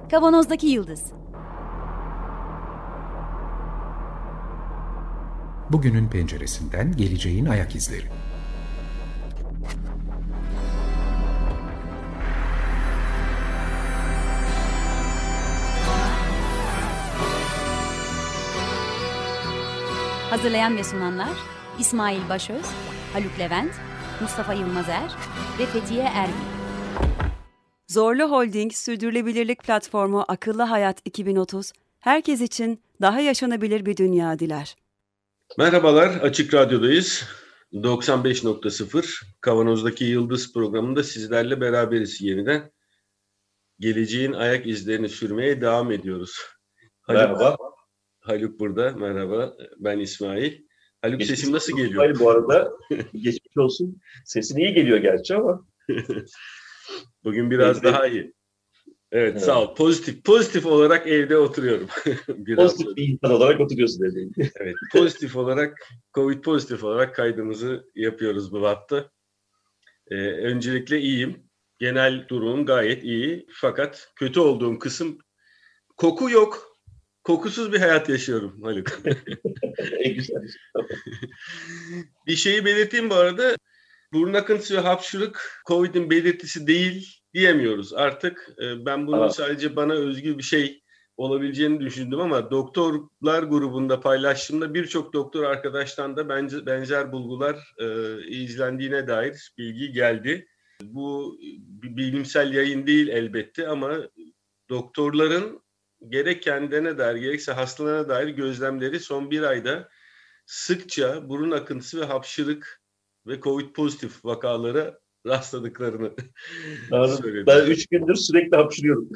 Kavanozdaki Yıldız. Bugünün penceresinden geleceğin ayak izleri. Hazırlayan ve sunanlar İsmail Başöz, Haluk Levent, Mustafa Yılmazer ve Fethiye Ergin. Zorlu Holding Sürdürülebilirlik Platformu Akıllı Hayat 2030, herkes için daha yaşanabilir bir dünya diler. Merhabalar, Açık Radyo'dayız. 95.0 Kavanoz'daki Yıldız programında sizlerle beraberiz yeniden. Geleceğin ayak izlerini sürmeye devam ediyoruz. Merhaba. Haluk burada, merhaba. Ben İsmail. Haluk, sesim nasıl geliyor? Hayır, bu arada geçmiş olsun. Sesin iyi geliyor gerçi ama. Bugün biraz daha iyi. Evet, sağ ol. Pozitif olarak evde oturuyorum. Pozitif bir insan olarak oturuyorsun dediğin. Evet, pozitif olarak, Covid pozitif olarak kaydımızı yapıyoruz bu hafta. Öncelikle iyiyim. Genel durumum gayet iyi. Fakat kötü olduğum kısım koku yok. Kokusuz bir hayat yaşıyorum Haluk. En güzel. Bir şeyi belirteyim bu arada. Burun akıntısı ve hapşırık Covid'in belirtisi değil diyemiyoruz artık. Ben bunun sadece bana özgü bir şey olabileceğini düşündüm ama doktorlar grubunda paylaştığımda birçok doktor arkadaştan da benzer bulgular izlendiğine dair bilgi geldi. Bu bir bilimsel yayın değil elbette ama doktorların gerek kendilerine dair gerekse hastalarına dair gözlemleri son bir ayda sıkça burun akıntısı ve hapşırık ve Covid pozitif vakalara rastladıklarını söyledi. Ben 3 gündür sürekli hapşırıyorum.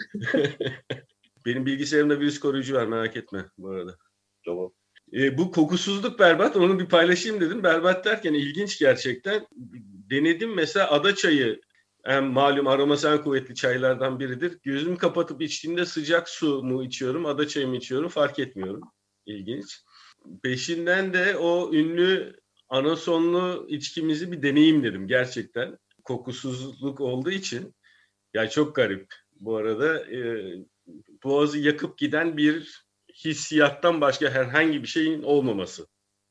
Benim bilgisayarımda virüs koruyucu var, merak etme bu arada. Tamam. Bu kokusuzluk berbat, onu bir paylaşayım dedim. Berbat derken ilginç gerçekten. Denedim mesela ada çayı. Malum aroması en kuvvetli çaylardan biridir. Gözümü kapatıp içtiğimde sıcak su mu içiyorum, ada çayı mı içiyorum fark etmiyorum. İlginç. Peşinden de o ünlü anasonlu içkimizi bir deneyeyim dedim gerçekten. Kokusuzluk olduğu için. Ya çok garip. Bu arada boğazı yakıp giden bir hissiyattan başka herhangi bir şeyin olmaması.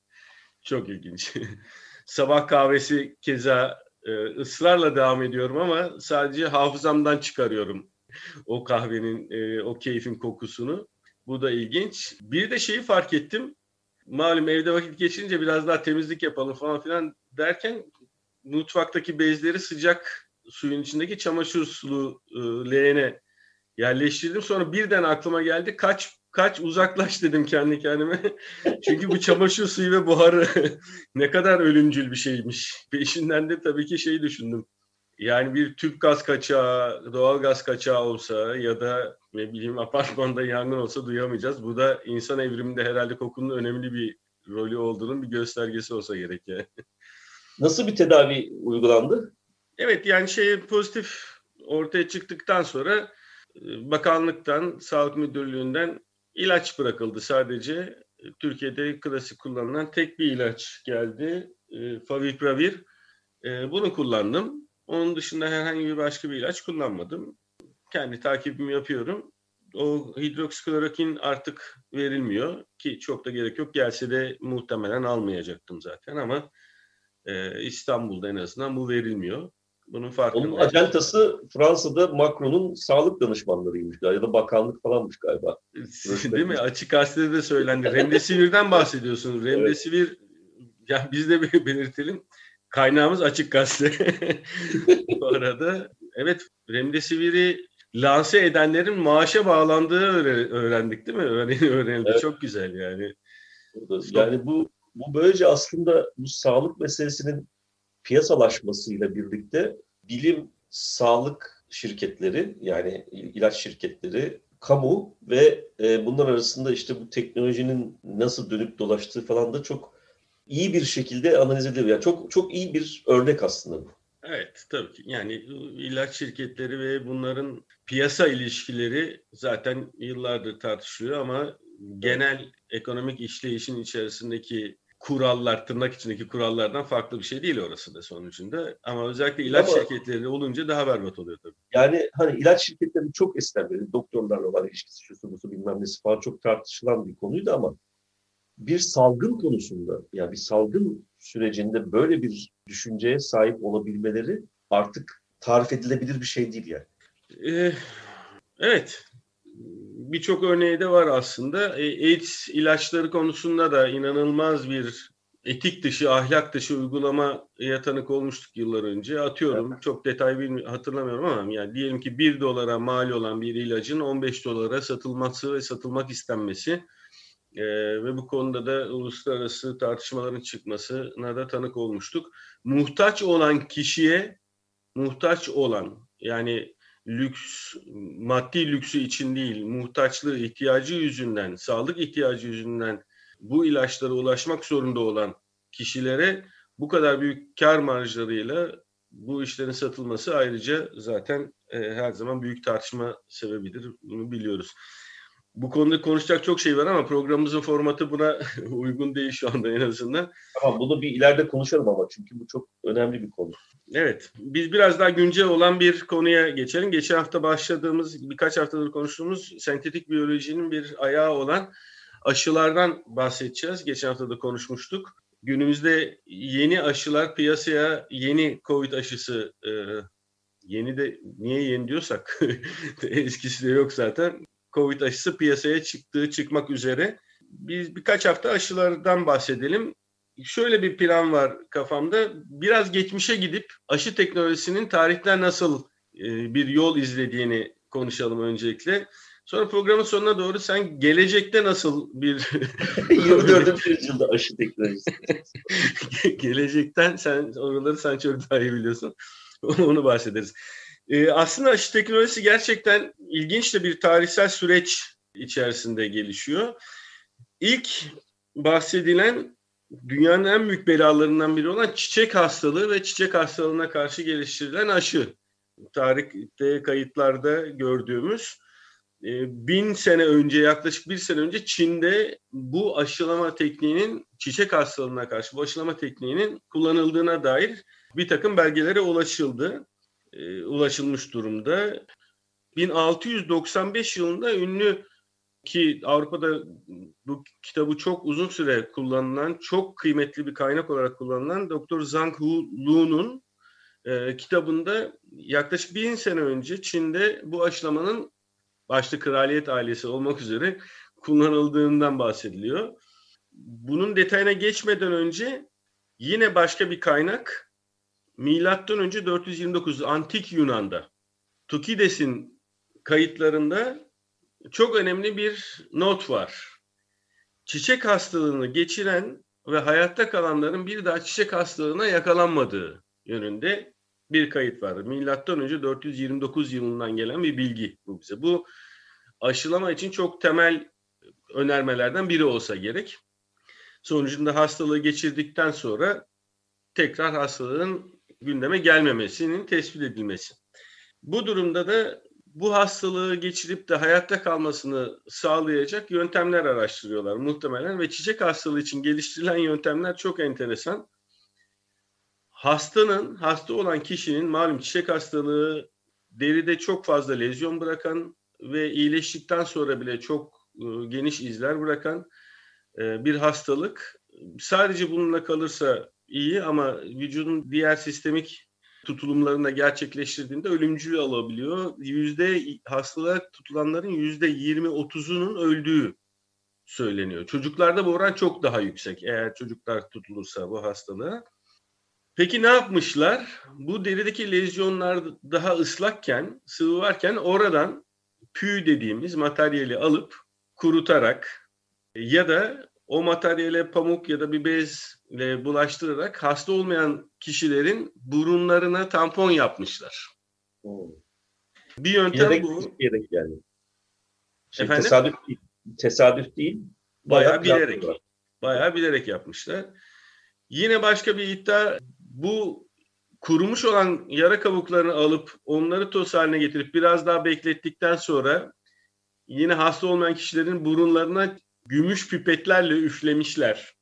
Çok ilginç. Sabah kahvesi keza ısrarla devam ediyorum ama sadece hafızamdan çıkarıyorum o kahvenin, o keyfin kokusunu. Bu da ilginç. Bir de şeyi fark ettim. Malum evde vakit geçirince biraz daha temizlik yapalım falan filan derken mutfaktaki bezleri sıcak suyun içindeki çamaşır sulu leğene yerleştirdim. Sonra birden aklıma geldi. Kaç uzaklaş dedim kendi kendime. Çünkü bu çamaşır suyu ve buharı ne kadar ölümcül bir şeymiş. Peşinden de tabii ki şeyi düşündüm. Yani bir tüp gaz kaçağı, doğal gaz kaçağı olsa ya da ne bileyim apartmanda yangın olsa duyamayacağız. Bu da insan evriminde herhalde kokunun önemli bir rolü olduğunun bir göstergesi olsa gerek yani. Nasıl bir tedavi uygulandı? Evet, yani pozitif ortaya çıktıktan sonra bakanlıktan, Sağlık Müdürlüğü'nden ilaç bırakıldı sadece. Türkiye'de klasik kullanılan tek bir ilaç geldi. Favipiravir. Bunu kullandım. Onun dışında herhangi bir başka bir ilaç kullanmadım. Kendi takibimi yapıyorum. O hidroksiklorokin artık verilmiyor ki çok da gerek yok. Gelse de muhtemelen almayacaktım zaten ama İstanbul'da en azından bu verilmiyor. Bunun farkındayım. Onun acentası Fransa'da Macron'un sağlık danışmanlarıymış ya da bakanlık falanmış galiba. Değil mi? Açık gazetede de söylendi. Remdesivir'den bahsediyorsunuz. Remdesivir, evet. Ya biz de belirtelim. Kaynağımız Açık Gazete. Bu arada evet, Remdesivir'i lanse edenlerin maaşa bağlandığı öğrendik değil mi? Öğrenildi. Evet. Çok güzel yani. Yani bu böylece aslında bu sağlık meselesinin piyasalaşmasıyla birlikte bilim, sağlık şirketleri yani ilaç şirketleri, kamu ve bunlar arasında işte bu teknolojinin nasıl dönüp dolaştığı falan da çok iyi bir şekilde analiz ediliyor. Yani çok iyi bir örnek aslında bu. Evet, tabii ki. Yani ilaç şirketleri ve bunların piyasa ilişkileri zaten yıllardır tartışılıyor ama genel ekonomik işleyişin içerisindeki kurallar, tırnak içindeki kurallardan farklı bir şey değil orası da sonucunda. Ama özellikle ilaç şirketleri olunca daha berbat oluyor tabii. Yani hani ilaç şirketleri çok eskiden beri doktorlarla olan ilişkisi, şusu busu bilmem nesi falan çok tartışılan bir konuydu ama bir salgın konusunda, yani bir salgın sürecinde böyle bir düşünceye sahip olabilmeleri artık tarif edilebilir bir şey değil yani. Evet. Birçok örneği de var aslında. AIDS ilaçları konusunda da inanılmaz bir etik dışı, ahlak dışı uygulamaya tanık olmuştuk yıllar önce. Atıyorum, çok detay hatırlamıyorum ama yani diyelim ki $1 mal olan bir ilacın $15 satılması ve satılmak istenmesi ve bu konuda da uluslararası tartışmaların çıkmasına da tanık olmuştuk. Muhtaç olan kişiye, muhtaç olan, yani lüks, maddi lüksü için değil, muhtaçlığı, ihtiyacı yüzünden, sağlık ihtiyacı yüzünden bu ilaçlara ulaşmak zorunda olan kişilere bu kadar büyük kar marjlarıyla bu işlerin satılması ayrıca zaten her zaman büyük tartışma sebebidir. Bunu biliyoruz. Bu konuda konuşacak çok şey var ama programımızın formatı buna uygun değil şu anda en azından. Tamam, bunu bir ileride konuşalım ama çünkü bu çok önemli bir konu. Evet, biz biraz daha güncel olan bir konuya geçelim. Geçen hafta başladığımız, birkaç haftadır konuştuğumuz sentetik biyolojinin bir ayağı olan aşılardan bahsedeceğiz. Geçen hafta da konuşmuştuk. Günümüzde yeni aşılar piyasaya, yeni COVID aşısı, yeni de niye yeni diyorsak eskisi de yok zaten. COVID aşısı piyasaya çıkmak üzere. Biz birkaç hafta aşılardan bahsedelim. Şöyle bir plan var kafamda. Biraz geçmişe gidip aşı teknolojisinin tarihten nasıl bir yol izlediğini konuşalım öncelikle. Sonra programın sonuna doğru sen gelecekte nasıl bir 24. yüzyılda aşı teknolojisi. Gelecekten oraları sen çok daha iyi biliyorsun. Onu bahsederiz. Aslında aşı teknolojisi gerçekten ilginç de bir tarihsel süreç içerisinde gelişiyor. İlk bahsedilen dünyanın en büyük belalarından biri olan çiçek hastalığı ve çiçek hastalığına karşı geliştirilen aşı. Tarihte kayıtlarda gördüğümüz 1000 sene önce, yaklaşık 1 sene önce Çin'de bu aşılama tekniğinin, çiçek hastalığına karşı bu aşılama tekniğinin kullanıldığına dair bir takım belgelere ulaşılmış durumda. 1695 yılında ünlü, ki Avrupa'da bu kitabı çok uzun süre kullanılan, çok kıymetli bir kaynak olarak kullanılan Dr. Zhang Lu'nun kitabında yaklaşık 1000 sene önce Çin'de bu aşılamanın başta kraliyet ailesi olmak üzere kullanıldığından bahsediliyor. Bunun detayına geçmeden önce yine başka bir kaynak, milattan önce 429 Antik Yunan'da Tukides'in kayıtlarında çok önemli bir not var. Çiçek hastalığını geçiren ve hayatta kalanların bir daha çiçek hastalığına yakalanmadığı yönünde bir kayıt var. Milattan önce 429 yılından gelen bir bilgi bu bize. Bu aşılama için çok temel önermelerden biri olsa gerek. Sonucunda hastalığı geçirdikten sonra tekrar hastalığın gündeme gelmemesinin tespit edilmesi. Bu durumda da bu hastalığı geçirip de hayatta kalmasını sağlayacak yöntemler araştırıyorlar muhtemelen ve çiçek hastalığı için geliştirilen yöntemler çok enteresan. Hasta olan kişinin, malum çiçek hastalığı deride çok fazla lezyon bırakan ve iyileştikten sonra bile çok geniş izler bırakan bir hastalık. Sadece bununla kalırsa iyi ama vücudun diğer sistemik tutulumlarında gerçekleştirdiğinde ölümcül alabiliyor. Hastalığa tutulanların %20-30'unun öldüğü söyleniyor. Çocuklarda bu oran çok daha yüksek eğer çocuklar tutulursa bu hastalığa. Peki ne yapmışlar? Bu derideki lezyonlar daha ıslakken, sıvı varken oradan püy dediğimiz materyali alıp kurutarak ya da o materyale pamuk ya da bir bezle bulaştırarak hasta olmayan kişilerin burunlarına tampon yapmışlar. Bir yöntem bu. Bilerek yani. Efendim? Tesadüf değil. Bayağı bilerek yapmışlar. Yine başka bir iddia, bu kurumuş olan yara kabuklarını alıp onları toz haline getirip biraz daha beklettikten sonra yine hasta olmayan kişilerin burunlarına gümüş pipetlerle üflemişler.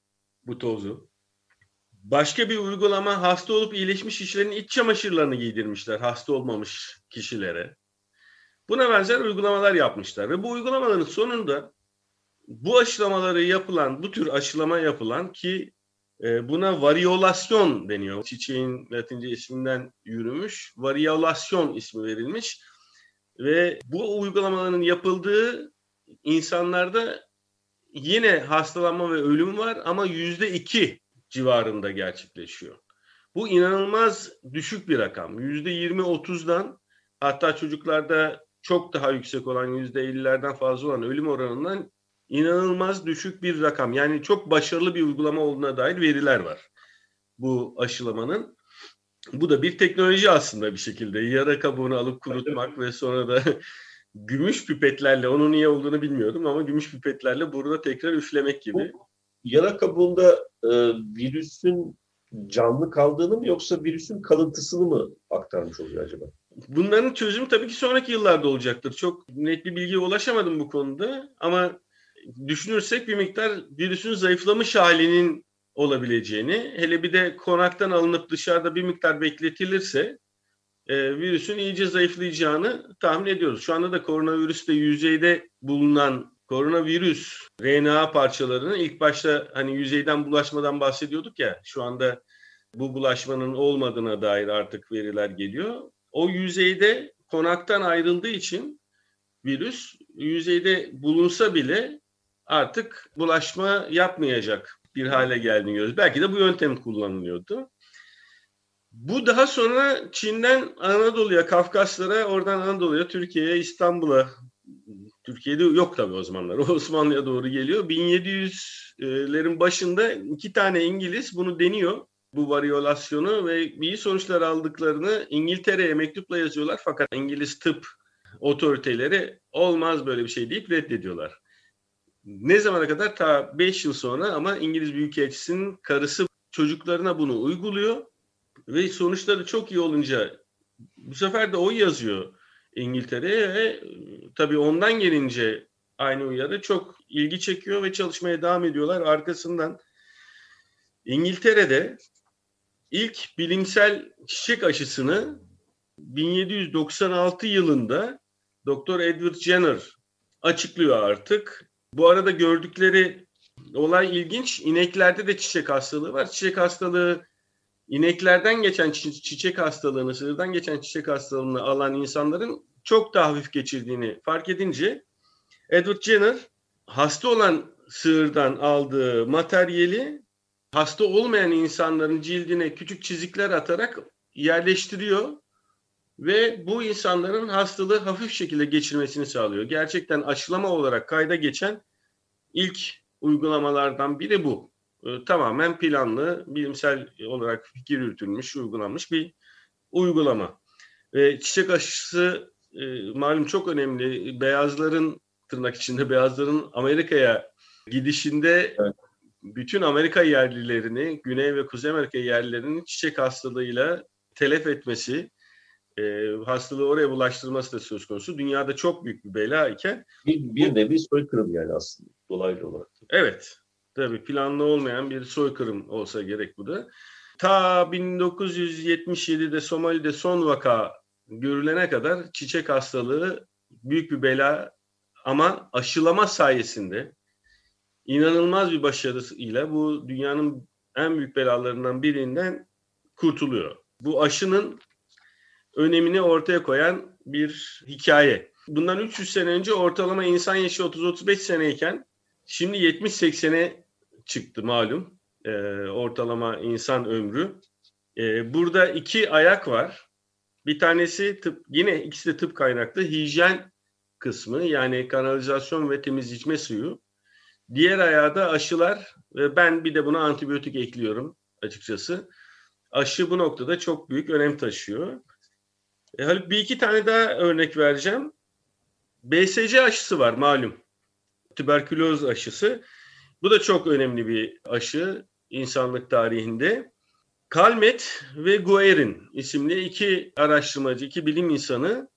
bu tozu. Başka bir uygulama, hasta olup iyileşmiş kişilerin iç çamaşırlarını giydirmişler hasta olmamış kişilere. Buna benzer uygulamalar yapmışlar ve bu uygulamaların sonunda bu aşılamaları yapılan, bu tür aşılama yapılan ki buna variolasyon deniyor. Çiçeğin Latince isminden yürümüş, variolasyon ismi verilmiş ve bu uygulamaların yapıldığı insanlarda yine hastalanma ve ölüm var ama %2 civarında gerçekleşiyor. Bu inanılmaz düşük bir rakam. %20-30'dan hatta çocuklarda çok daha yüksek olan %50'lerden fazla olan ölüm oranından inanılmaz düşük bir rakam. Yani çok başarılı bir uygulama olduğuna dair veriler var bu aşılamanın. Bu da bir teknoloji aslında bir şekilde. Yara kabuğunu alıp kurutmak ve sonra da gümüş pipetlerle, onun niye olduğunu bilmiyorum ama gümüş pipetlerle buruna tekrar üflemek gibi. Bu yara kabuğunda virüsün canlı kaldığını mı yoksa virüsün kalıntısını mı aktarmış oluyor acaba? Bunların çözümü tabii ki sonraki yıllarda olacaktır. Çok net bir bilgiye ulaşamadım bu konuda ama düşünürsek bir miktar virüsün zayıflamış halinin olabileceğini, hele bir de konaktan alınıp dışarıda bir miktar bekletilirse virüsün iyice zayıflayacağını tahmin ediyoruz. Şu anda da koronavirüste yüzeyde bulunan koronavirüs RNA parçalarını ilk başta hani yüzeyden bulaşmadan bahsediyorduk ya, şu anda bu bulaşmanın olmadığına dair artık veriler geliyor. O yüzeyde konaktan ayrıldığı için virüs yüzeyde bulunsa bile artık bulaşma yapmayacak bir hale geldiğini görüyoruz. Belki de bu yöntem kullanılıyordu. Bu daha sonra Çin'den Anadolu'ya, Kafkaslara, oradan Anadolu'ya, Türkiye'ye, İstanbul'a, Türkiye'de yok tabii o zamanlar, Osmanlı'ya doğru geliyor. 1700'lerin başında 2 tane İngiliz bunu deniyor, bu variolasyonu ve iyi sonuçlar aldıklarını İngiltere'ye mektupla yazıyorlar. Fakat İngiliz tıp otoriteleri olmaz böyle bir şey deyip reddediyorlar. Ne zamana kadar? Ta 5 yıl sonra ama İngiliz Büyükelçisi'nin karısı çocuklarına bunu uyguluyor ve sonuçları çok iyi olunca bu sefer de o yazıyor İngiltere'ye ve tabii ondan gelince aynı uyarı çok ilgi çekiyor ve çalışmaya devam ediyorlar. Arkasından İngiltere'de ilk bilimsel çiçek aşısını 1796 yılında Dr. Edward Jenner açıklıyor artık. Bu arada gördükleri olay ilginç. İneklerde de çiçek hastalığı var. Çiçek hastalığı, ineklerden geçen çiçek hastalığını, sığırdan geçen çiçek hastalığını alan insanların çok daha hafif geçirdiğini fark edince Edward Jenner hasta olan sığırdan aldığı materyali hasta olmayan insanların cildine küçük çizikler atarak yerleştiriyor ve bu insanların hastalığı hafif şekilde geçirmesini sağlıyor. Gerçekten aşılama olarak kayda geçen ilk uygulamalardan biri bu. Tamamen planlı, bilimsel olarak fikir yürütülmüş, uygulanmış bir uygulama. Ve çiçek aşısı malum çok önemli. Beyazların, tırnak içinde beyazların Amerika'ya gidişinde evet, bütün Amerika yerlilerini, Güney ve Kuzey Amerika yerlilerinin çiçek hastalığıyla telef etmesi, hastalığı oraya bulaştırması da söz konusu. Dünyada çok büyük bir bela iken bir nevi soykırım yani aslında dolaylı olarak. Evet. Tabii planlı olmayan bir soykırım olsa gerek bu da. Ta 1977'de Somali'de son vaka görülene kadar çiçek hastalığı büyük bir bela ama aşılama sayesinde inanılmaz bir başarısıyla bu dünyanın en büyük belalarından birinden kurtuluyor. Bu aşının önemini ortaya koyan bir hikaye. Bundan 300 sene önce ortalama insan yaşı 30-35 seneyken şimdi 70-80'e çıktı malum ortalama insan ömrü. Burada 2 ayak var. Bir tanesi tıp, yine ikisi de tıp kaynaklı hijyen kısmı, yani kanalizasyon ve temiz içme suyu. Diğer ayağı da aşılar ve ben bir de buna antibiyotik ekliyorum açıkçası. Aşı bu noktada çok büyük önem taşıyor. Bir iki tane daha örnek vereceğim. BSC aşısı var malum. Tüberküloz aşısı. Bu da çok önemli bir aşı insanlık tarihinde. Calmette ve Guerin isimli 2 araştırmacı, 2 bilim insanı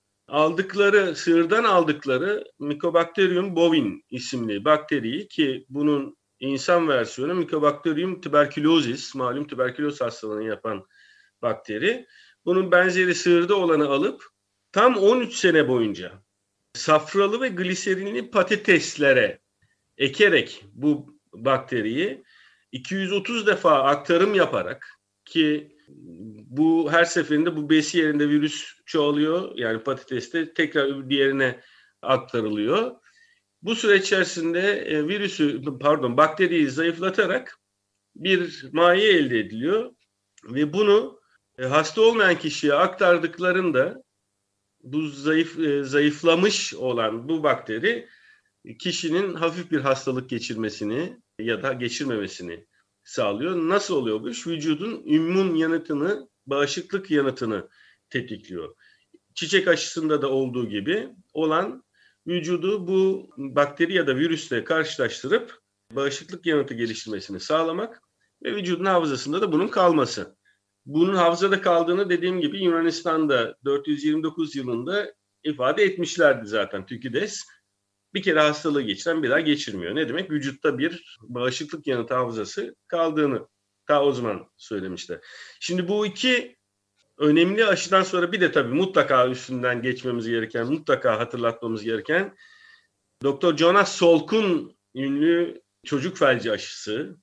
sığırdan aldıkları Mycobacterium bovine isimli bakteriyi, ki bunun insan versiyonu Mycobacterium tuberculosis, malum tüberküloz hastalığını yapan bakteri. Bunun benzeri sığırda olanı alıp tam 13 sene boyunca safralı ve gliserinli patateslere ekerek bu bakteriyi 230 defa aktarım yaparak, ki bu her seferinde bu besi yerinde virüs çoğalıyor. Yani patateste tekrar diğerine aktarılıyor. Bu süreç içerisinde bakteriyi zayıflatarak bir maye elde ediliyor ve bunu hasta olmayan kişiye aktardıklarında bu zayıflamış olan bu bakteri kişinin hafif bir hastalık geçirmesini ya da geçirmemesini sağlıyor. Nasıl oluyor bu iş? Vücudun immün yanıtını, bağışıklık yanıtını tetikliyor. Çiçek aşısında da olduğu gibi olan vücudu bu bakteri ya da virüsle karşılaştırıp bağışıklık yanıtı geliştirmesini sağlamak ve vücudun hafızasında da bunun kalması. Bunun hafızada kaldığını dediğim gibi Yunanistan'da 429 yılında ifade etmişlerdi zaten Tükydides. Bir kere hastalığı geçiren bir daha geçirmiyor. Ne demek? Vücutta bir bağışıklık yanıtı hafızası kaldığını ta o zaman söylemişler. Şimdi bu iki önemli aşıdan sonra bir de tabii mutlaka üstünden geçmemiz gereken, mutlaka hatırlatmamız gereken Dr. Jonas Salk'un ünlü çocuk felci aşısı.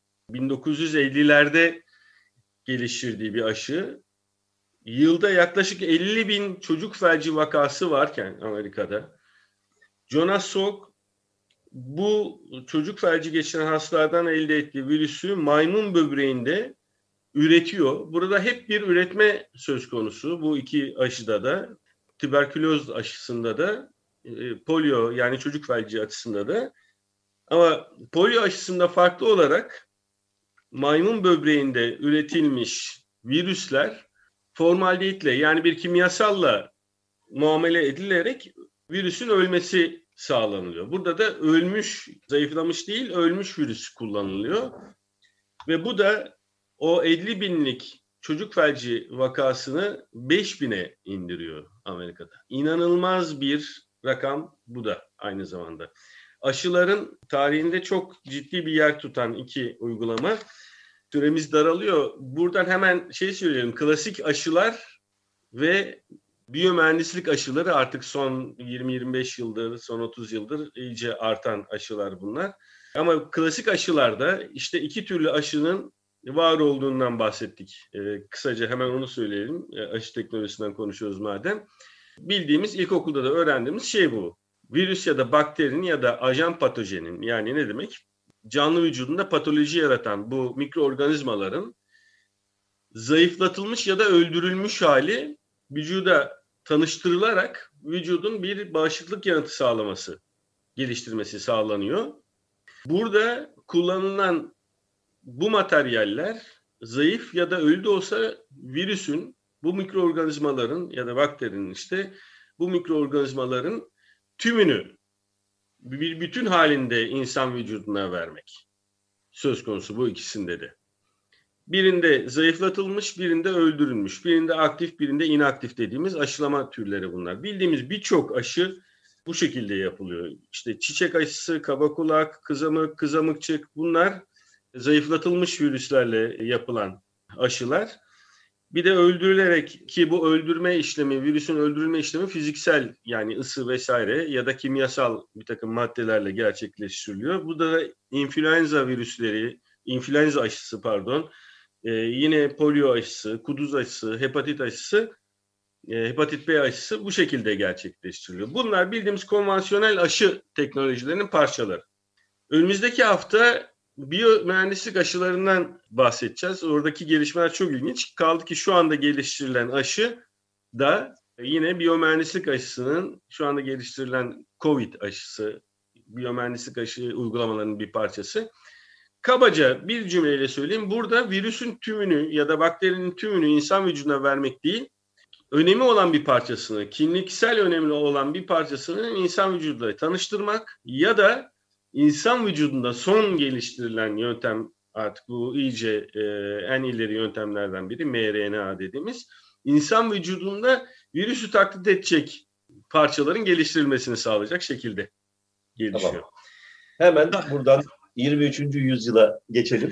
1950'lerde geliştirdiği bir aşı. Yılda yaklaşık 50 bin çocuk felci vakası varken Amerika'da Jonas Salk bu çocuk felci geçiren hastalardan elde ettiği virüsü maymun böbreğinde üretiyor. Burada hep bir üretme söz konusu. Bu iki aşıda da, tüberküloz aşısında da, polio yani çocuk felci aşısında da. Ama polio aşısında farklı olarak maymun böbreğinde üretilmiş virüsler formaldehitle yani bir kimyasalla muamele edilerek virüsün ölmesi sağlanılıyor. Burada da ölmüş, zayıflamış değil, ölmüş virüs kullanılıyor. Ve bu da o 50 binlik çocuk felci vakasını 5 bine indiriyor Amerika'da. İnanılmaz bir rakam bu da aynı zamanda. Aşıların tarihinde çok ciddi bir yer tutan iki uygulama. Süremiz daralıyor. Buradan hemen söyleyelim. Klasik aşılar ve biyomühendislik aşıları artık son 20-25 yıldır, son 30 yıldır iyice artan aşılar bunlar. Ama klasik aşılarda işte iki türlü aşının var olduğundan bahsettik. Kısaca hemen onu söyleyelim. Aşı teknolojisinden konuşuyoruz madem. Bildiğimiz, ilkokulda da öğrendiğimiz şey bu. Virüs ya da bakterinin ya da ajan patojenin, yani ne demek? Canlı vücudunda patoloji yaratan bu mikroorganizmaların zayıflatılmış ya da öldürülmüş hali vücuda tanıştırılarak vücudun bir bağışıklık yanıtı sağlaması, geliştirmesi sağlanıyor. Burada kullanılan bu materyaller zayıf ya da ölü de olsa virüsün, bu mikroorganizmaların ya da bakterinin bu mikroorganizmaların tümünü bir bütün halinde insan vücuduna vermek söz konusu bu ikisinde de. Birinde zayıflatılmış, birinde öldürülmüş, birinde aktif, birinde inaktif dediğimiz aşılama türleri bunlar. Bildiğimiz birçok aşı bu şekilde yapılıyor. İşte çiçek aşısı, kaba kulak, kızamık, kızamıkçık, bunlar zayıflatılmış virüslerle yapılan aşılar. Bir de öldürülerek, ki bu öldürme işlemi, virüsün öldürülme işlemi fiziksel, yani ısı vesaire ya da kimyasal bir takım maddelerle gerçekleştiriliyor. Burada da influenza aşısı yine polio aşısı, kuduz aşısı, hepatit aşısı, hepatit B aşısı bu şekilde gerçekleştiriliyor. Bunlar bildiğimiz konvansiyonel aşı teknolojilerinin parçaları. Önümüzdeki hafta biyomühendislik aşılarından bahsedeceğiz. Oradaki gelişmeler çok ilginç. Kaldı ki şu anda geliştirilen aşı da yine biyomühendislik aşısının, şu anda geliştirilen COVID aşısı, biyomühendislik aşı uygulamalarının bir parçası. Kabaca bir cümleyle söyleyeyim. Burada virüsün tümünü ya da bakterinin tümünü insan vücuduna vermek değil, önemi olan bir parçasını, kliniksel önemli olan bir parçasını insan vücuduyla tanıştırmak ya da insan vücudunda son geliştirilen yöntem, artık bu iyice en ileri yöntemlerden biri mRNA dediğimiz, insan vücudunda virüsü taklit edecek parçaların geliştirilmesini sağlayacak şekilde gelişiyor. Tamam. Hemen buradan 23. yüzyıla geçelim.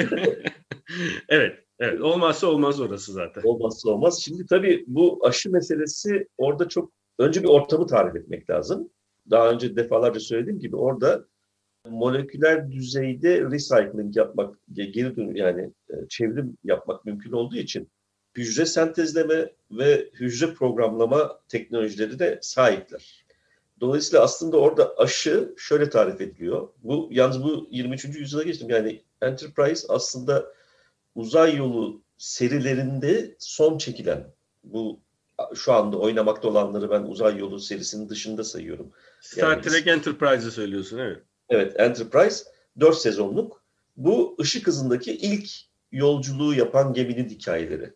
Evet. Olmazsa olmaz orası zaten. Olmazsa olmaz. Şimdi tabii bu aşı meselesi orada çok önce bir ortamı tarif etmek lazım. Daha önce defalarca söylediğim gibi orada moleküler düzeyde recycling yapmak, geri dönüş yani çevrim yapmak mümkün olduğu için hücre sentezleme ve hücre programlama teknolojileri de sahipler. Dolayısıyla aslında orada aşı şöyle tarif ediliyor. Yalnız bu 23. yüzyıla geçtim. Yani Enterprise aslında uzay yolu serilerinde son çekilen, bu şu anda oynamakta olanları ben uzay yolu serisinin dışında sayıyorum. Star Trek Enterprise'ı söylüyorsun, evet. Evet, Enterprise 4 sezonluk. Bu ışık hızındaki ilk yolculuğu yapan geminin hikayeleri.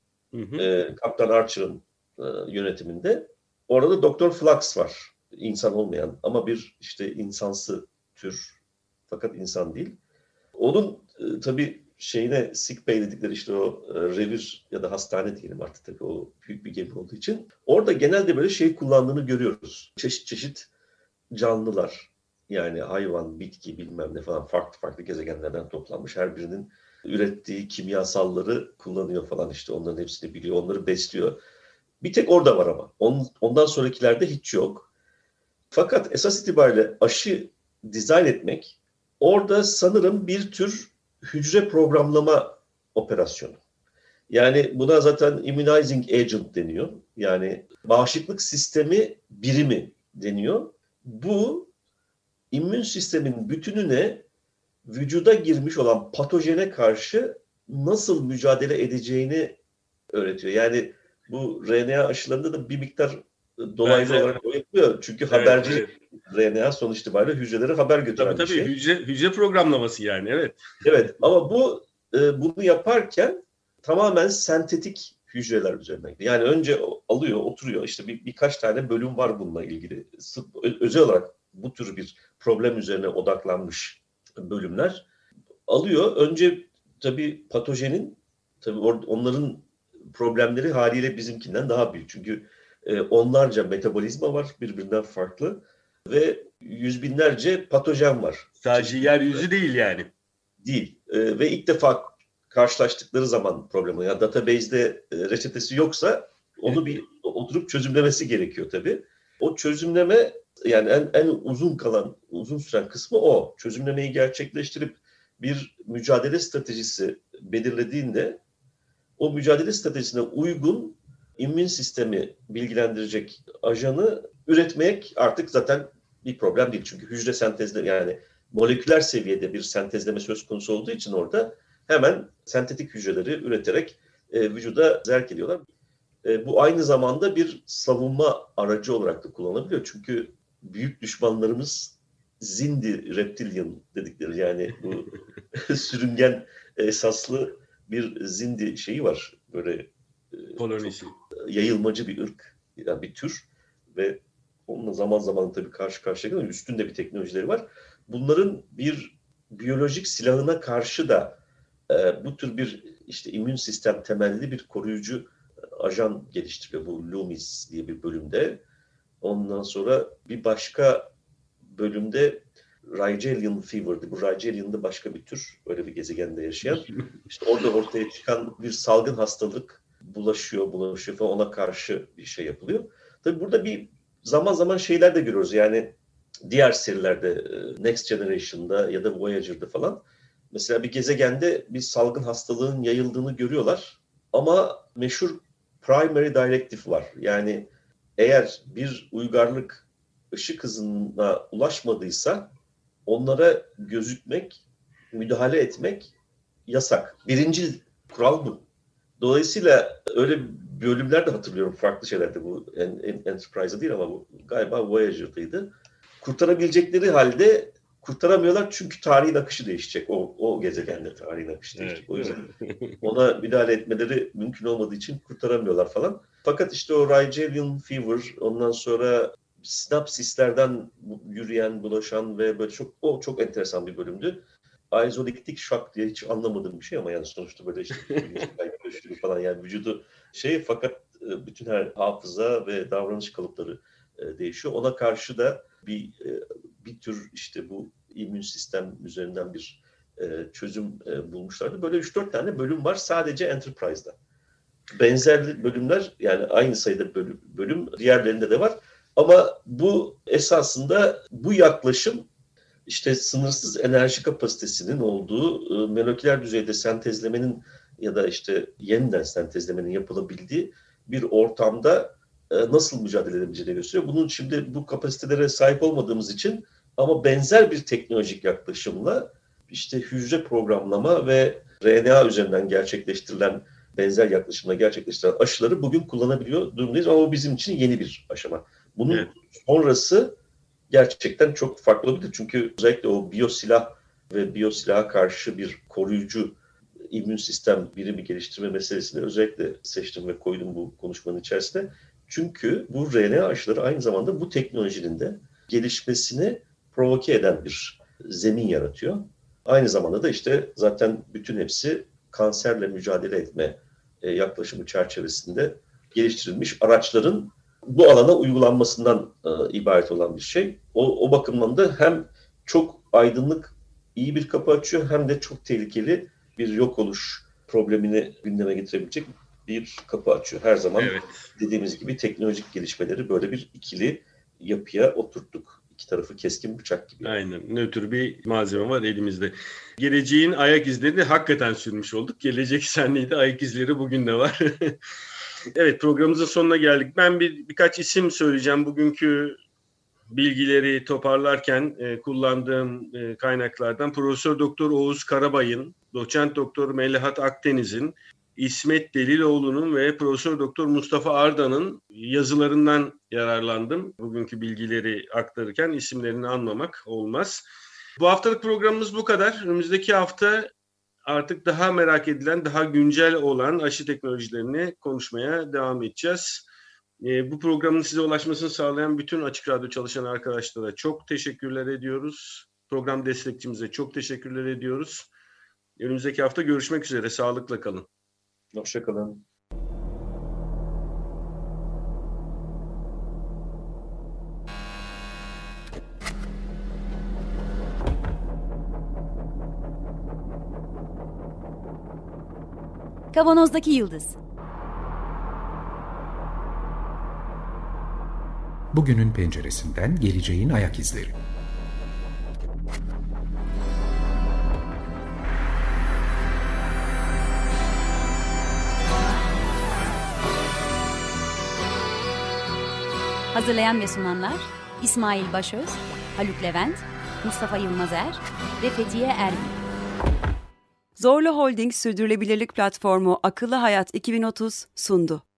Kaptan Archer'ın yönetiminde. Orada Doktor Phlox var. İnsan olmayan ama bir işte insansı tür, fakat insan değil. Onun tabii sick bay dedikleri işte o revir ya da hastane diyelim artık, tabii o büyük bir gemi olduğu için. Orada genelde böyle kullandığını görüyoruz. Çeşit çeşit canlılar, yani hayvan, bitki bilmem ne falan farklı farklı gezegenlerden toplanmış. Her birinin ürettiği kimyasalları kullanıyor falan, işte onların hepsini biliyor, onları besliyor. Bir tek orada var ama. Ondan sonrakilerde hiç yok. Fakat esas itibariyle aşı dizayn etmek orada sanırım bir tür hücre programlama operasyonu. Yani buna zaten immunizing agent deniyor. Yani bağışıklık sistemi birimi deniyor. Bu immün sistemin bütününe vücuda girmiş olan patojene karşı nasıl mücadele edeceğini öğretiyor. Yani bu RNA aşılarında da bir miktar dolaylı olarak o yapıyor. Çünkü haberci RNA sonuç itibariyle hücrelere haber götüren bir şey. Hücre programlaması yani, evet. Evet, ama bunu yaparken tamamen sentetik hücreler üzerinden. Yani önce alıyor, oturuyor. İşte birkaç tane bölüm var bununla ilgili. Özel olarak bu tür bir problem üzerine odaklanmış bölümler. Alıyor. Önce tabii patojenin, tabii onların problemleri haliyle bizimkinden daha büyük. Çünkü onlarca metabolizma var birbirinden farklı ve yüz binlerce patojen var. Sadece yeryüzü değil yani. Değil. Ve ilk defa karşılaştıkları zaman problemi. Yani database'de reçetesi yoksa onu bir oturup çözümlemesi gerekiyor tabii. O çözümleme, yani en uzun süren kısmı o. Çözümlemeyi gerçekleştirip bir mücadele stratejisi belirlediğinde o mücadele stratejisine uygun immün sistemi bilgilendirecek ajanı üretmek artık zaten bir problem değil. Çünkü hücre sentezleme, yani moleküler seviyede bir sentezleme söz konusu olduğu için orada hemen sentetik hücreleri üreterek vücuda zerk ediyorlar. Bu aynı zamanda bir savunma aracı olarak da kullanılabiliyor. Çünkü büyük düşmanlarımız Zindi reptilian dedikleri, yani bu sürüngen esaslı bir Zindi şeyi var. Böyle kolonisi. Yayılmacı bir ırk, yani bir tür ve onunla zaman zaman tabii karşı karşıya geliyor. Üstünde bir teknolojileri var. Bunların bir biyolojik silahına karşı da bu tür bir işte immün sistem temelli bir koruyucu ajan geliştiriyor. Bu Loomis diye bir bölümde. Ondan sonra bir başka bölümde Rigelian Fever'dı. Bu Rigelian'da başka bir tür, öyle bir gezegende yaşayan. İşte orada ortaya çıkan bir salgın hastalık bulaşıyor falan, ona karşı bir şey yapılıyor. Tabii burada bir zaman zaman şeyler de görüyoruz. Yani diğer serilerde, Next Generation'da ya da Voyager'da falan. Mesela bir gezegende bir salgın hastalığın yayıldığını görüyorlar. Ama meşhur Primary Directive var. Yani eğer bir uygarlık ışık hızına ulaşmadıysa onlara gözükmek, müdahale etmek yasak. Birincil kural bu. Dolayısıyla öyle bölümler de hatırlıyorum farklı şeylerde, bu Enterprise'da değil ama bu galiba Voyager'daydı. Kurtarabilecekleri halde kurtaramıyorlar çünkü tarihin akışı değişecek. O gezegende tarihin akışı değişecek. O yüzden ona müdahale etmeleri mümkün olmadığı için kurtaramıyorlar falan. Fakat işte o Rigelian Fever, ondan sonra sinapsislerden yürüyen, bulaşan ve böyle çok enteresan bir bölümdü. Aizolektik şok diye hiç anlamadığım bir şey ama yani sonuçta böyle işte falan, yani vücudu fakat bütün her hafıza ve davranış kalıpları değişiyor. Ona karşı da bir tür işte bu immün sistem üzerinden bir çözüm bulmuşlardı. Böyle 3-4 tane bölüm var sadece Enterprise'da. Benzer bölümler, yani aynı sayıda bölüm diğerlerinde de var. Ama bu esasında bu yaklaşım işte sınırsız enerji kapasitesinin olduğu, moleküler düzeyde sentezlemenin ya da işte yeniden sentezlemenin yapılabildiği bir ortamda nasıl mücadele edebileceğini gösteriyor. Bunun şimdi bu kapasitelere sahip olmadığımız için ama benzer bir teknolojik yaklaşımla işte hücre programlama ve RNA üzerinden gerçekleştirilen benzer yaklaşımla gerçekleştirilen aşıları bugün kullanabiliyor durumdayız ama o bizim için yeni bir aşama. Bunun sonrası gerçekten çok farklı olabilir. Çünkü özellikle o biyosilah ve biyosilaha karşı bir koruyucu immün sistem birimi geliştirme meselesini özellikle seçtim ve koydum bu konuşmanın içerisine. Çünkü bu RNA aşıları aynı zamanda bu teknolojinin de gelişmesini provoke eden bir zemin yaratıyor. Aynı zamanda da işte zaten bütün hepsi kanserle mücadele etme yaklaşımı çerçevesinde geliştirilmiş araçların bu alana uygulanmasından ibaret olan bir şey. O bakımdan da hem çok aydınlık, iyi bir kapı açıyor hem de çok tehlikeli bir yok oluş problemini gündeme getirebilecek bir kapı açıyor. Her zaman dediğimiz gibi teknolojik gelişmeleri böyle bir ikili yapıya oturttuk. İki tarafı keskin bıçak gibi. Aynen. Nötr bir malzeme var elimizde. Geleceğin ayak izlerini hakikaten sürmüş olduk. Gelecek senleydi. Ayak izleri bugün de var. Evet, programımızın sonuna geldik. Ben birkaç isim söyleyeceğim. Bugünkü bilgileri toparlarken kullandığım kaynaklardan Profesör Doktor Oğuz Karabay'ın, Doçent Doktor Melahat Akdeniz'in, İsmet Deliloğlu'nun ve Profesör Doktor Mustafa Arda'nın yazılarından yararlandım. Bugünkü bilgileri aktarırken isimlerini anmamak olmaz. Bu haftalık programımız bu kadar. Önümüzdeki hafta artık daha merak edilen, daha güncel olan aşı teknolojilerini konuşmaya devam edeceğiz. Bu programın size ulaşmasını sağlayan bütün Açık Radyo çalışan arkadaşlara çok teşekkürler ediyoruz. Program destekçimize çok teşekkürler ediyoruz. Önümüzdeki hafta görüşmek üzere. Sağlıkla kalın. Hoşça kalın. Kavanozdaki Yıldız. Bugünün penceresinden geleceğin ayak izleri. Hazırlayan ve sunanlar İsmail Başöz, Haluk Levent, Mustafa Yılmazer ve Fethiye Erbil. Zorlu Holding Sürdürülebilirlik Platformu Akıllı Hayat 2030 sundu.